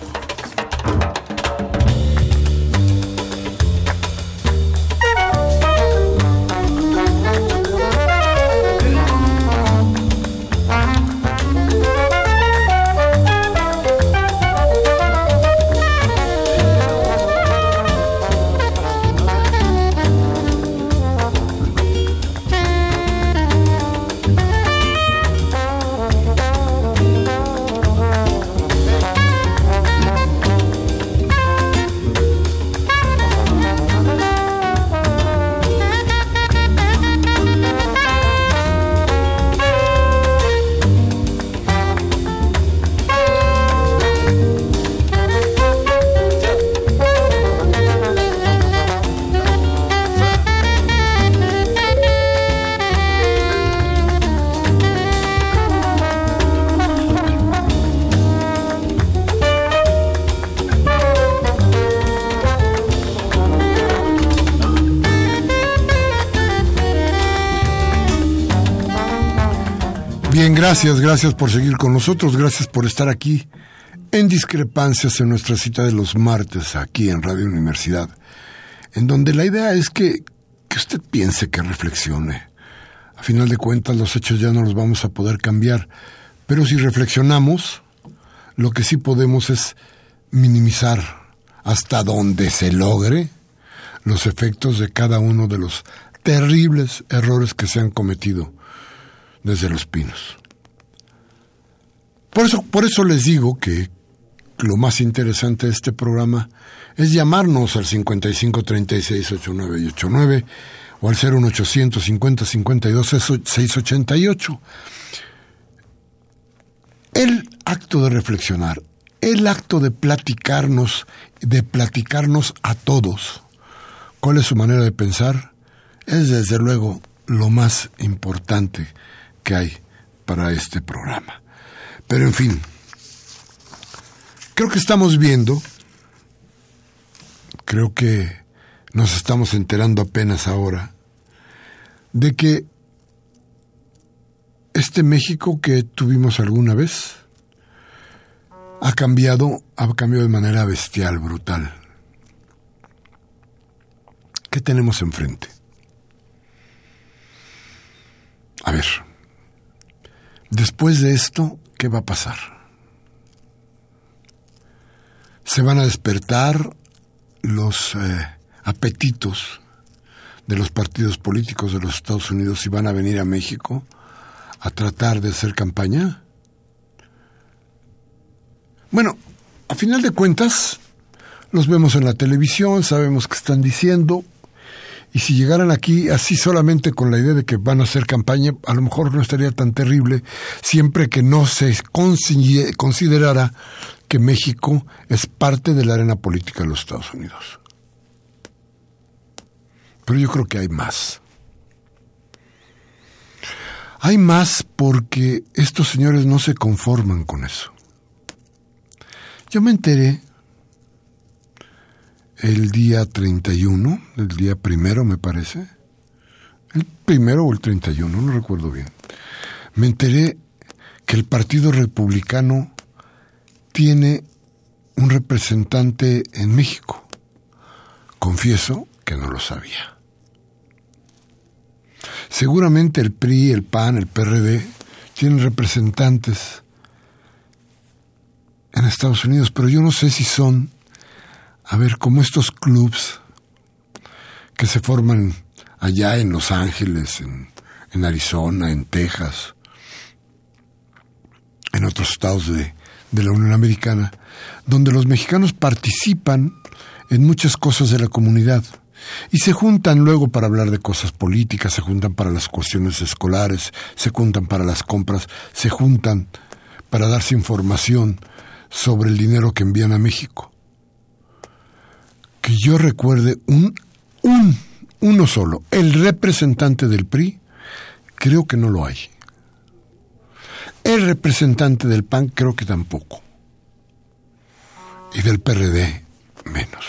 Gracias, gracias por seguir con nosotros, gracias por estar aquí en Discrepancias en nuestra cita de los martes aquí en Radio Universidad, en donde la idea es que, que usted piense, que reflexione. A final de cuentas los hechos ya no los vamos a poder cambiar, pero si reflexionamos, lo que sí podemos es minimizar hasta donde se logre los efectos de cada uno de los terribles errores que se han cometido desde Los Pinos. Por eso, por eso les digo que lo más interesante de este programa es llamarnos al cincuenta y cinco, treinta y seis, ochenta y nueve y ochenta y nueve o al cero uno ochocientos cincuenta, cincuenta y dos, seiscientos ochenta y ocho. El acto de reflexionar, el acto de platicarnos, de platicarnos a todos cuál es su manera de pensar, es desde luego lo más importante que hay para este programa. Pero en fin, creo que estamos viendo, creo que nos estamos enterando apenas ahora, de que este México que tuvimos alguna vez ha cambiado, ha cambiado de manera bestial, brutal. ¿Qué tenemos enfrente? A ver, después de esto, ¿qué va a pasar? Se van a despertar los eh, apetitos de los partidos políticos de los Estados Unidos y van a venir a México a tratar de hacer campaña. Bueno, a final de cuentas, los vemos en la televisión, sabemos qué están diciendo, y si llegaran aquí así solamente con la idea de que van a hacer campaña, a lo mejor no estaría tan terrible, siempre que no se considerara que México es parte de la arena política de los Estados Unidos. Pero yo creo que hay más. Hay más porque estos señores no se conforman con eso. Yo me enteré el día treinta y uno, el día primero me parece, el primero o el treinta y uno, no recuerdo bien. Me enteré que el Partido Republicano tiene un representante en México. Confieso que no lo sabía. Seguramente el P R I, el P A N, el P R D tienen representantes en Estados Unidos, pero yo no sé si son, a ver, como estos clubs que se forman allá en Los Ángeles, en, en Arizona, en Texas, en otros estados de, de la Unión Americana, donde los mexicanos participan en muchas cosas de la comunidad y se juntan luego para hablar de cosas políticas, se juntan para las cuestiones escolares, se juntan para las compras, se juntan para darse información sobre el dinero que envían a México. Que yo recuerde un, un, uno solo, el representante del P R I, creo que no lo hay. El representante del P A N creo que tampoco. Y del P R D menos.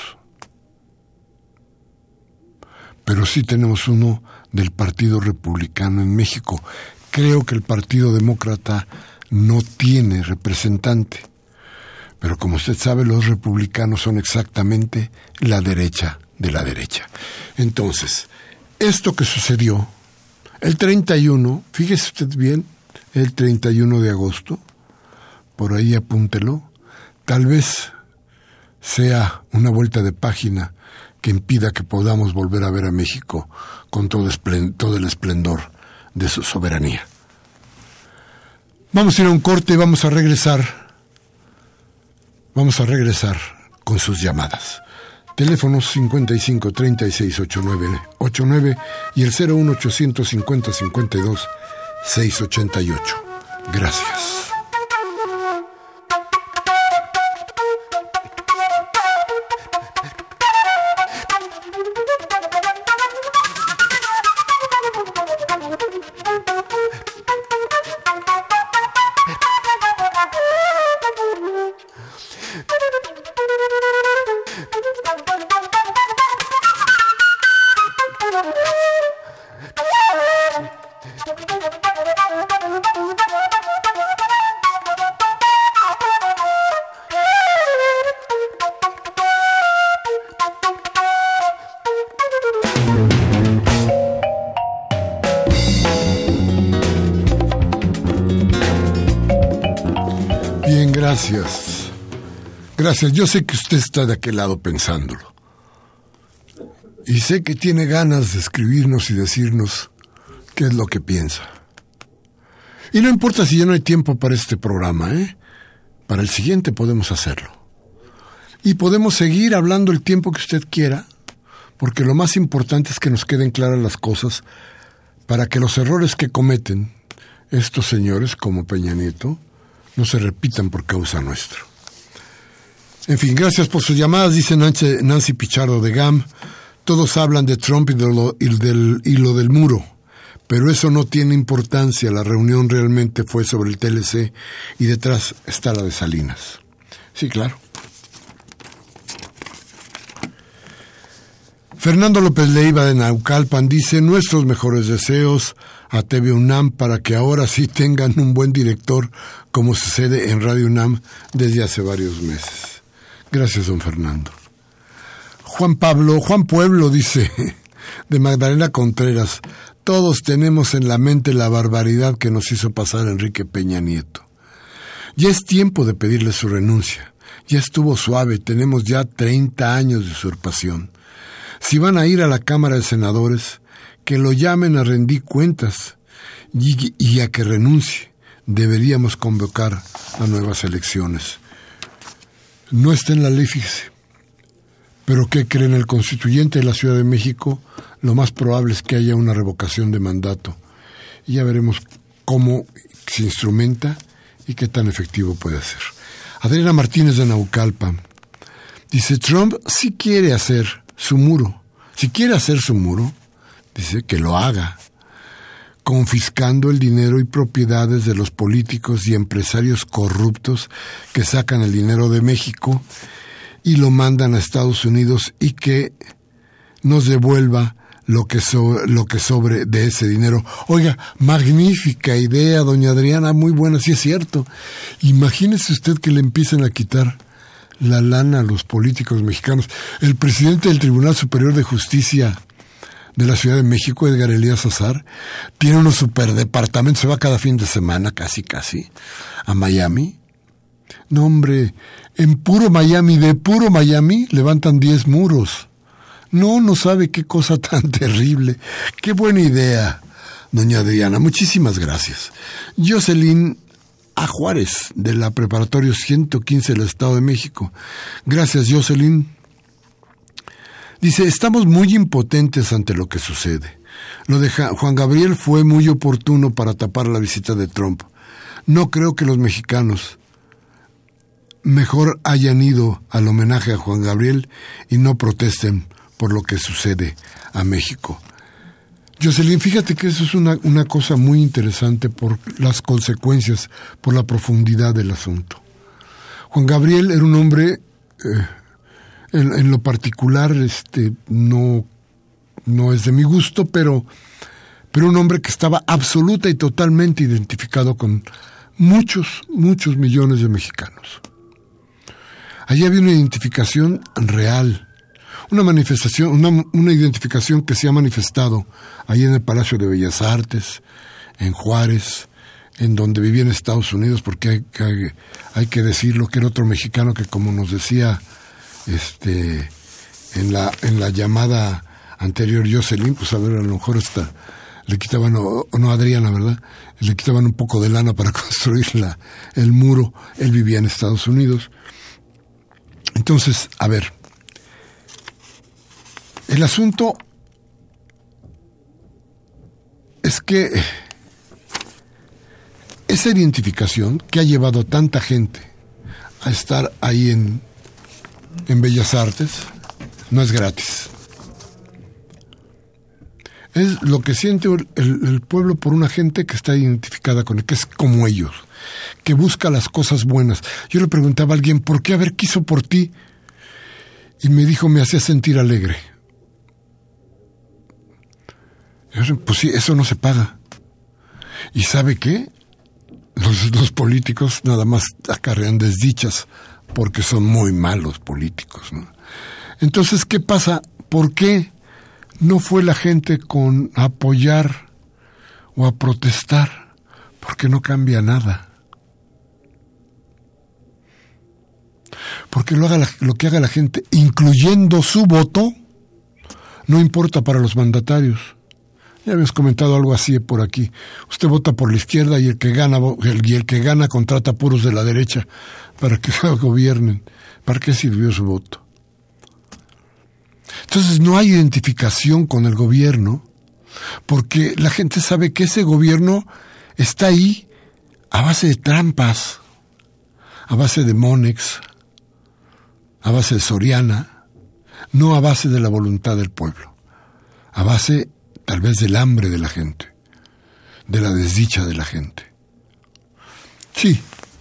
Pero sí tenemos uno del Partido Republicano en México. Creo que el Partido Demócrata no tiene representante. Pero como usted sabe, los republicanos son exactamente la derecha de la derecha. Entonces, esto que sucedió el treinta y uno, fíjese usted bien, el treinta y uno de agosto, por ahí apúntelo, tal vez sea una vuelta de página que impida que podamos volver a ver a México con todo, esplend- todo el esplendor de su soberanía. Vamos a ir a un corte y vamos a regresar. Vamos a regresar con sus llamadas. Teléfonos cincuenta y cinco, treinta y seis, ochenta y nueve, ochenta y nueve y el cero uno ochocientos cincuenta, cincuenta y dos, seiscientos ochenta y ocho. Gracias. Thank you. Gracias. Gracias. Yo sé que usted está de aquel lado pensándolo. Y sé que tiene ganas de escribirnos y decirnos qué es lo que piensa. Y no importa si ya no hay tiempo para este programa, ¿eh? Para el siguiente podemos hacerlo. Y podemos seguir hablando el tiempo que usted quiera, porque lo más importante es que nos queden claras las cosas para que los errores que cometen estos señores, como Peña Nieto, no se repitan por causa nuestra. En fin, gracias por sus llamadas, dice Nancy, Nancy Pichardo de G A M. Todos hablan de Trump y, de lo, y, del, y lo del muro, pero eso no tiene importancia. La reunión realmente fue sobre el T L C y detrás está la de Salinas. Sí, claro. Fernando López Leiva de Naucalpan dice: nuestros mejores deseos a T V UNAM para que ahora sí tengan un buen director, como sucede en Radio UNAM desde hace varios meses. Gracias, don Fernando. Juan Pablo, Juan Pueblo dice, de Magdalena Contreras: todos tenemos en la mente la barbaridad que nos hizo pasar Enrique Peña Nieto. Ya es tiempo de pedirle su renuncia. Ya estuvo suave, tenemos ya treinta años de usurpación. Si van a ir a la Cámara de Senadores, que lo llamen a rendir cuentas y, y a que renuncie. Deberíamos convocar a nuevas elecciones. No está en la ley, fíjese. Pero ¿qué creen? El constituyente de la Ciudad de México, lo más probable es que haya una revocación de mandato. Y ya veremos cómo se instrumenta y qué tan efectivo puede ser. Adriana Martínez de Naucalpan dice: Trump sí quiere hacer su muro. Si quiere hacer su muro, dice que lo haga, confiscando el dinero y propiedades de los políticos y empresarios corruptos que sacan el dinero de México y lo mandan a Estados Unidos, y que nos devuelva lo que, so, lo que sobre de ese dinero. Oiga, magnífica idea, doña Adriana, muy buena, sí es cierto. Imagínese usted que le empiecen a quitar la lana a los políticos mexicanos. El presidente del Tribunal Superior de Justicia de la Ciudad de México, Edgar Elías Azar, tiene unos superdepartamentos, se va cada fin de semana, casi casi, a Miami. No, hombre, en puro Miami, de puro Miami, levantan diez muros. No, no sabe qué cosa tan terrible. Qué buena idea, doña Adriana. Muchísimas gracias. Jocelyn A. Juárez, de la Preparatoria ciento quince del Estado de México. Gracias, Jocelyn. Dice: estamos muy impotentes ante lo que sucede. Lo de Juan Gabriel fue muy oportuno para tapar la visita de Trump. No creo que los mexicanos mejor hayan ido al homenaje a Juan Gabriel y no protesten por lo que sucede a México. Jocelyn, fíjate que eso es una, una cosa muy interesante por las consecuencias, por la profundidad del asunto. Juan Gabriel era un hombre, eh, en, en lo particular, este, no, no es de mi gusto, pero, pero un hombre que estaba absoluta y totalmente identificado con muchos, muchos millones de mexicanos. Allí había una identificación real, una manifestación, una, una identificación que se ha manifestado ahí en el Palacio de Bellas Artes, en Juárez, en donde vivía en Estados Unidos, porque hay, hay, hay que decirlo, que era otro mexicano que, como nos decía este en la en la llamada anterior Jocelyn, pues a ver, a lo mejor hasta le quitaban, o no, Adriana, ¿verdad? Le quitaban un poco de lana para construir la, el muro. Él vivía en Estados Unidos. Entonces, a ver, el asunto es que esa identificación que ha llevado a tanta gente a estar ahí en, en Bellas Artes no es gratis. Es lo que siente el, el pueblo por una gente que está identificada con él, que es como ellos, que busca las cosas buenas. Yo le preguntaba a alguien: ¿por qué? A ver, ¿qué hizo por ti? Y me dijo: me hacía sentir alegre. Yo, pues sí, eso no se paga. ¿Y sabe qué? Los, los políticos nada más acarrean desdichas porque son muy malos políticos, ¿no? Entonces, ¿qué pasa? ¿Por qué no fue la gente con a apoyar o a protestar? Porque no cambia nada. porque lo, haga la, lo que haga la gente, incluyendo su voto, no importa para los mandatarios. Ya habíamos comentado algo así por aquí. Usted vota por la izquierda y el que gana el, y el que gana contrata puros de la derecha para que gobiernen. ¿Para qué sirvió su voto? Entonces no hay identificación con el gobierno, porque la gente sabe que ese gobierno está ahí a base de trampas, a base de Monex, a base de Soriana, no a base de la voluntad del pueblo, a base tal vez del hambre de la gente, de la desdicha de la gente. Sí.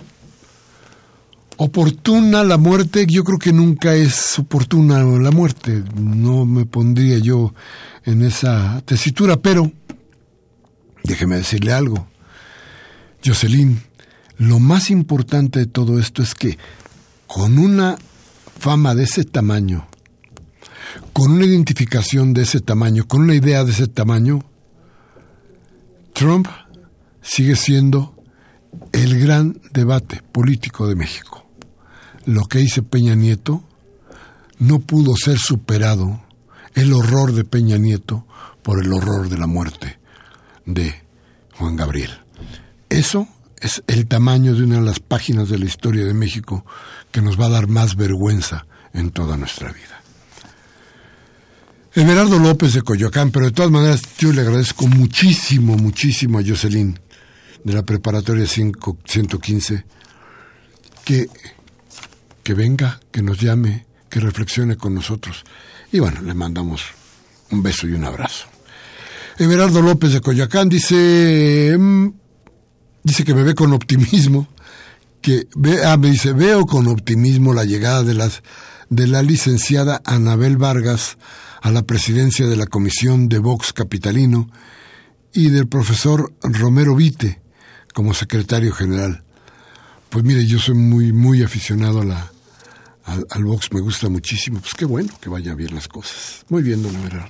Oportuna la muerte, yo creo que nunca es oportuna la muerte, no me pondría yo en esa tesitura, pero déjeme decirle algo, Jocelyn, lo más importante de todo esto es que con una fama de ese tamaño, con una identificación de ese tamaño, con una idea de ese tamaño, Trump sigue siendo el gran debate político de México. Lo que hizo Peña Nieto no pudo ser superado, el horror de Peña Nieto por el horror de la muerte de Juan Gabriel. Eso es el tamaño de una de las páginas de la historia de México que nos va a dar más vergüenza en toda nuestra vida. Everardo López de Coyoacán, pero de todas maneras yo le agradezco muchísimo, muchísimo a Jocelyn de la preparatoria ciento quince que, que venga, que nos llame, que reflexione con nosotros. Y bueno, le mandamos un beso y un abrazo. Everardo López de Coyoacán dice, mmm, dice que me ve con optimismo, que ve, ah, me dice, veo con optimismo la llegada de las de la licenciada Anabel Vargas a la presidencia de la Comisión de Vox Capitalino y del profesor Romero Vite como secretario general. Pues mire, yo soy muy muy aficionado a la al, al Vox, me gusta muchísimo. Pues qué bueno que vayan bien las cosas. Muy bien, don Everardo.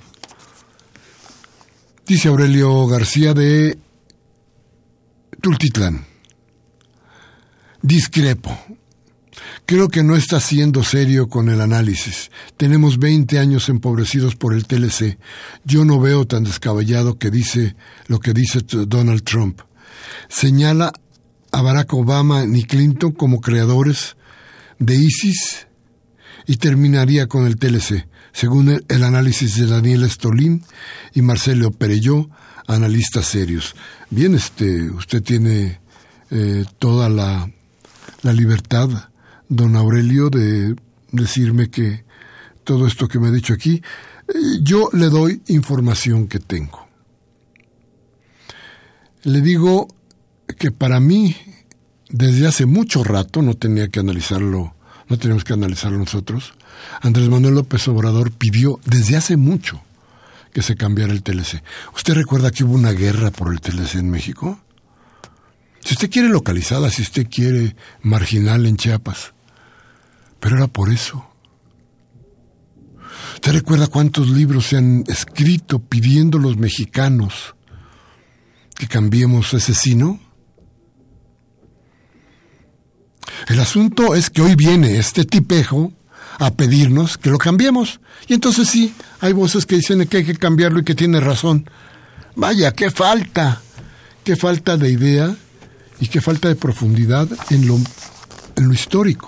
Dice Aurelio García de Tultitlán. Discrepo. Creo que no está siendo serio con el análisis. Tenemos veinte años empobrecidos por el T L C. Yo no veo tan descabellado que dice lo que dice Donald Trump. Señala a Barack Obama ni Clinton como creadores de ISIS y terminaría con el T L C, según el, el análisis de Daniel Estolín y Marcelo Perelló, analistas serios. Bien, este, usted tiene eh, toda la, la libertad, don Aurelio, de decirme que todo esto que me ha dicho aquí, eh, yo le doy información que tengo. Le digo que para mí, desde hace mucho rato, no tenía que analizarlo, no tenemos que analizarlo nosotros, Andrés Manuel López Obrador pidió desde hace mucho que se cambiara el T L C. ¿Usted recuerda que hubo una guerra por el T L C en México? Si usted quiere localizada, si usted quiere marginal en Chiapas, pero era por eso. ¿Usted recuerda cuántos libros se han escrito pidiendo los mexicanos que cambiemos ese sino? El asunto es que hoy viene este tipejo a pedirnos que lo cambiemos. Y entonces sí, hay voces que dicen que hay que cambiarlo y que tiene razón. Vaya, qué falta, qué falta de idea y qué falta de profundidad en lo, en lo histórico.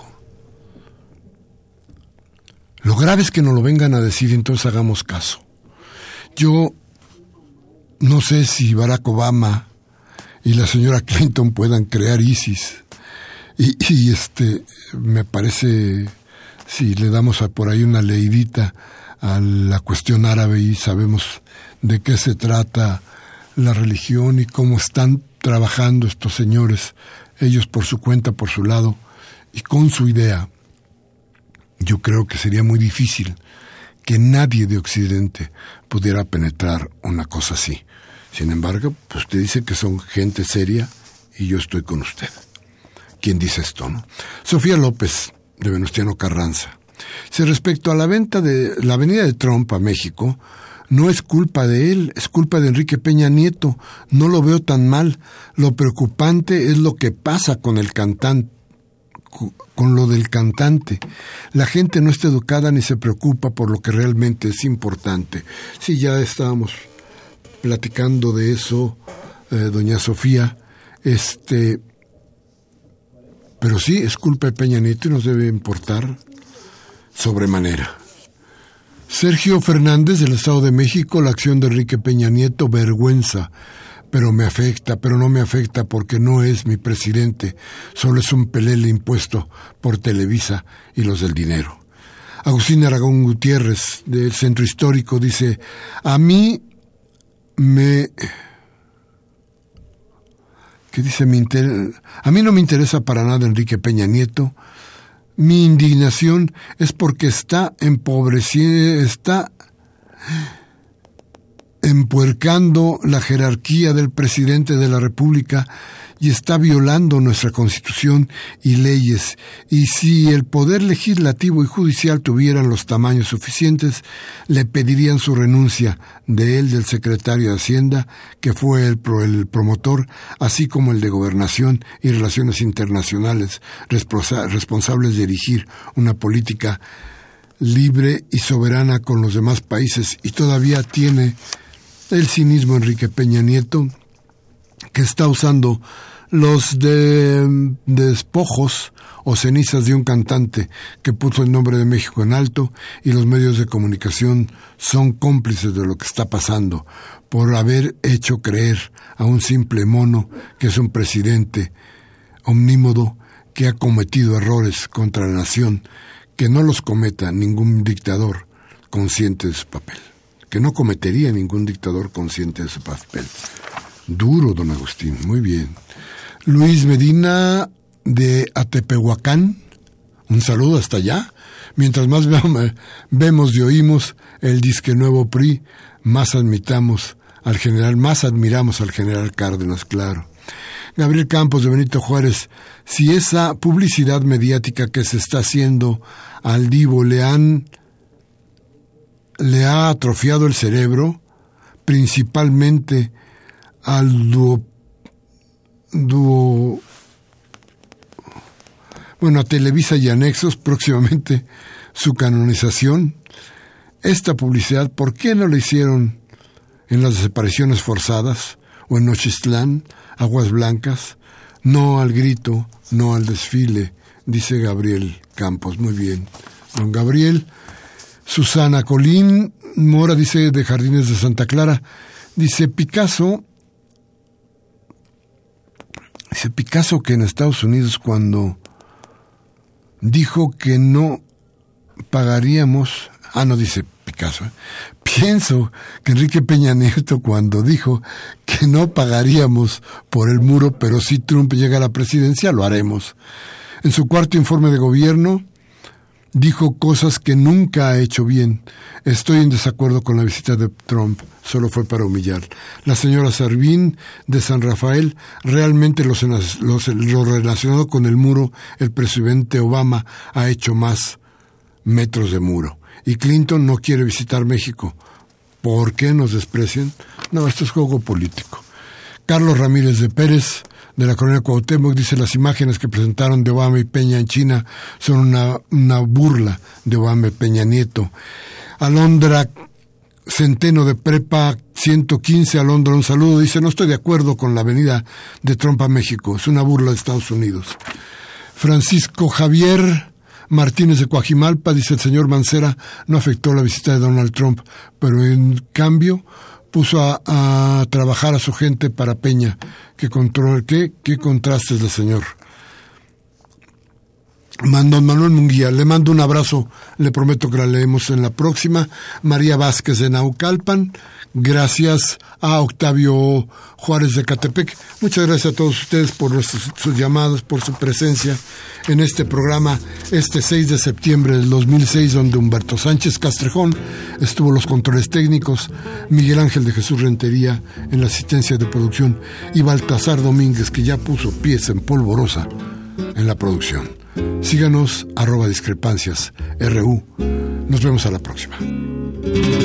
Lo grave es que nos lo vengan a decir y entonces hagamos caso. Yo no sé si Barack Obama y la señora Clinton puedan crear ISIS. Y, y este, me parece, si le damos a por ahí una leidita a la cuestión árabe y sabemos de qué se trata la religión y cómo están trabajando estos señores, ellos por su cuenta, por su lado, y con su idea, yo creo que sería muy difícil que nadie de Occidente pudiera penetrar una cosa así. Sin embargo, pues usted dice que son gente seria y yo estoy con usted. ¿Quién dice esto, no? Sofía López, de Venustiano Carranza. Si respecto a la venta de la venida de Trump a México, no es culpa de él, es culpa de Enrique Peña Nieto. No lo veo tan mal. Lo preocupante es lo que pasa con el cantante, con lo del cantante. La gente no está educada ni se preocupa por lo que realmente es importante. Sí, ya estábamos platicando de eso, eh, doña Sofía, este, pero sí, es culpa de Peña Nieto y nos debe importar sobremanera. Sergio Fernández, del Estado de México, la acción de Enrique Peña Nieto, vergüenza, pero me afecta, pero no me afecta porque no es mi presidente, solo es un pelele impuesto por Televisa y los del dinero. Agustín Aragón Gutiérrez, del Centro Histórico, dice, a mí me... ¿Qué dice? Me inter... A mí no me interesa para nada Enrique Peña Nieto. Mi indignación es porque está empobreciendo, está empuercando la jerarquía del presidente de la República y está violando nuestra Constitución y leyes. Y si el Poder Legislativo y Judicial tuvieran los tamaños suficientes, le pedirían su renuncia, de él, del secretario de Hacienda, que fue el, pro, el promotor, así como el de Gobernación y Relaciones Internacionales, responsa, responsables de dirigir una política libre y soberana con los demás países. Y todavía tiene el cinismo Enrique Peña Nieto, que está usando los de, de despojos o cenizas de un cantante que puso el nombre de México en alto, y los medios de comunicación son cómplices de lo que está pasando por haber hecho creer a un simple mono que es un presidente omnímodo que ha cometido errores contra la nación, que no los cometa ningún dictador consciente de su papel, que no cometería ningún dictador consciente de su papel. Duro, don Agustín, muy bien. Luis Medina, de Atepehuacán, un saludo hasta allá. Mientras más vemos y oímos el disque nuevo P R I, más admitamos al general, más admiramos al general Cárdenas, claro. Gabriel Campos, de Benito Juárez, si esa publicidad mediática que se está haciendo al Divo le han le ha atrofiado el cerebro, principalmente al dúo, dúo, bueno, a Televisa y anexos, próximamente su canonización. Esta publicidad, ¿por qué no la hicieron en las desapariciones forzadas o en Nochistlán, Aguas Blancas? No al grito, no al desfile, dice Gabriel Campos. Muy bien, don Gabriel. Susana Colín Mora, dice, de Jardines de Santa Clara, dice Picasso, dice Picasso que en Estados Unidos, cuando dijo que no pagaríamos, ah no dice Picasso, ¿eh? Pienso que Enrique Peña Nieto, cuando dijo que no pagaríamos por el muro, pero si Trump llega a la presidencia lo haremos. En su cuarto informe de gobierno dijo cosas que nunca ha hecho bien. Estoy en desacuerdo con la visita de Trump, solo fue para humillar. La señora Servín, de San Rafael, realmente los, los, lo relacionado con el muro, el presidente Obama ha hecho más metros de muro. Y Clinton no quiere visitar México. ¿Por qué nos desprecian? No, esto es juego político. Carlos Ramírez de Pérez, de la colonia Cuauhtémoc, dice, las imágenes que presentaron de Obama y Peña en China son una, una burla de Obama y Peña Nieto. Alondra Centeno, de Prepa ciento quince, Alondra, un saludo, dice, no estoy de acuerdo con la venida de Trump a México, es una burla de Estados Unidos. Francisco Javier Martínez, de Coajimalpa, dice, el señor Mancera no afectó la visita de Donald Trump, pero en cambio puso a, a trabajar a su gente para Peña. ¿Qué, control, qué, qué contrastes del señor? Don Manuel Munguía, le mando un abrazo, le prometo que la leemos en la próxima. María Vázquez, de Naucalpan, gracias a Octavio Juárez, de Catepec. Muchas gracias a todos ustedes por nuestros, sus llamadas, por su presencia en este programa, este seis de septiembre del dos mil seis, donde Humberto Sánchez Castrejón estuvo los controles técnicos, Miguel Ángel de Jesús Rentería en la asistencia de producción y Baltasar Domínguez, que ya puso pies en polvorosa en la producción. Síganos, arroba discrepancias R U. Nos vemos a la próxima.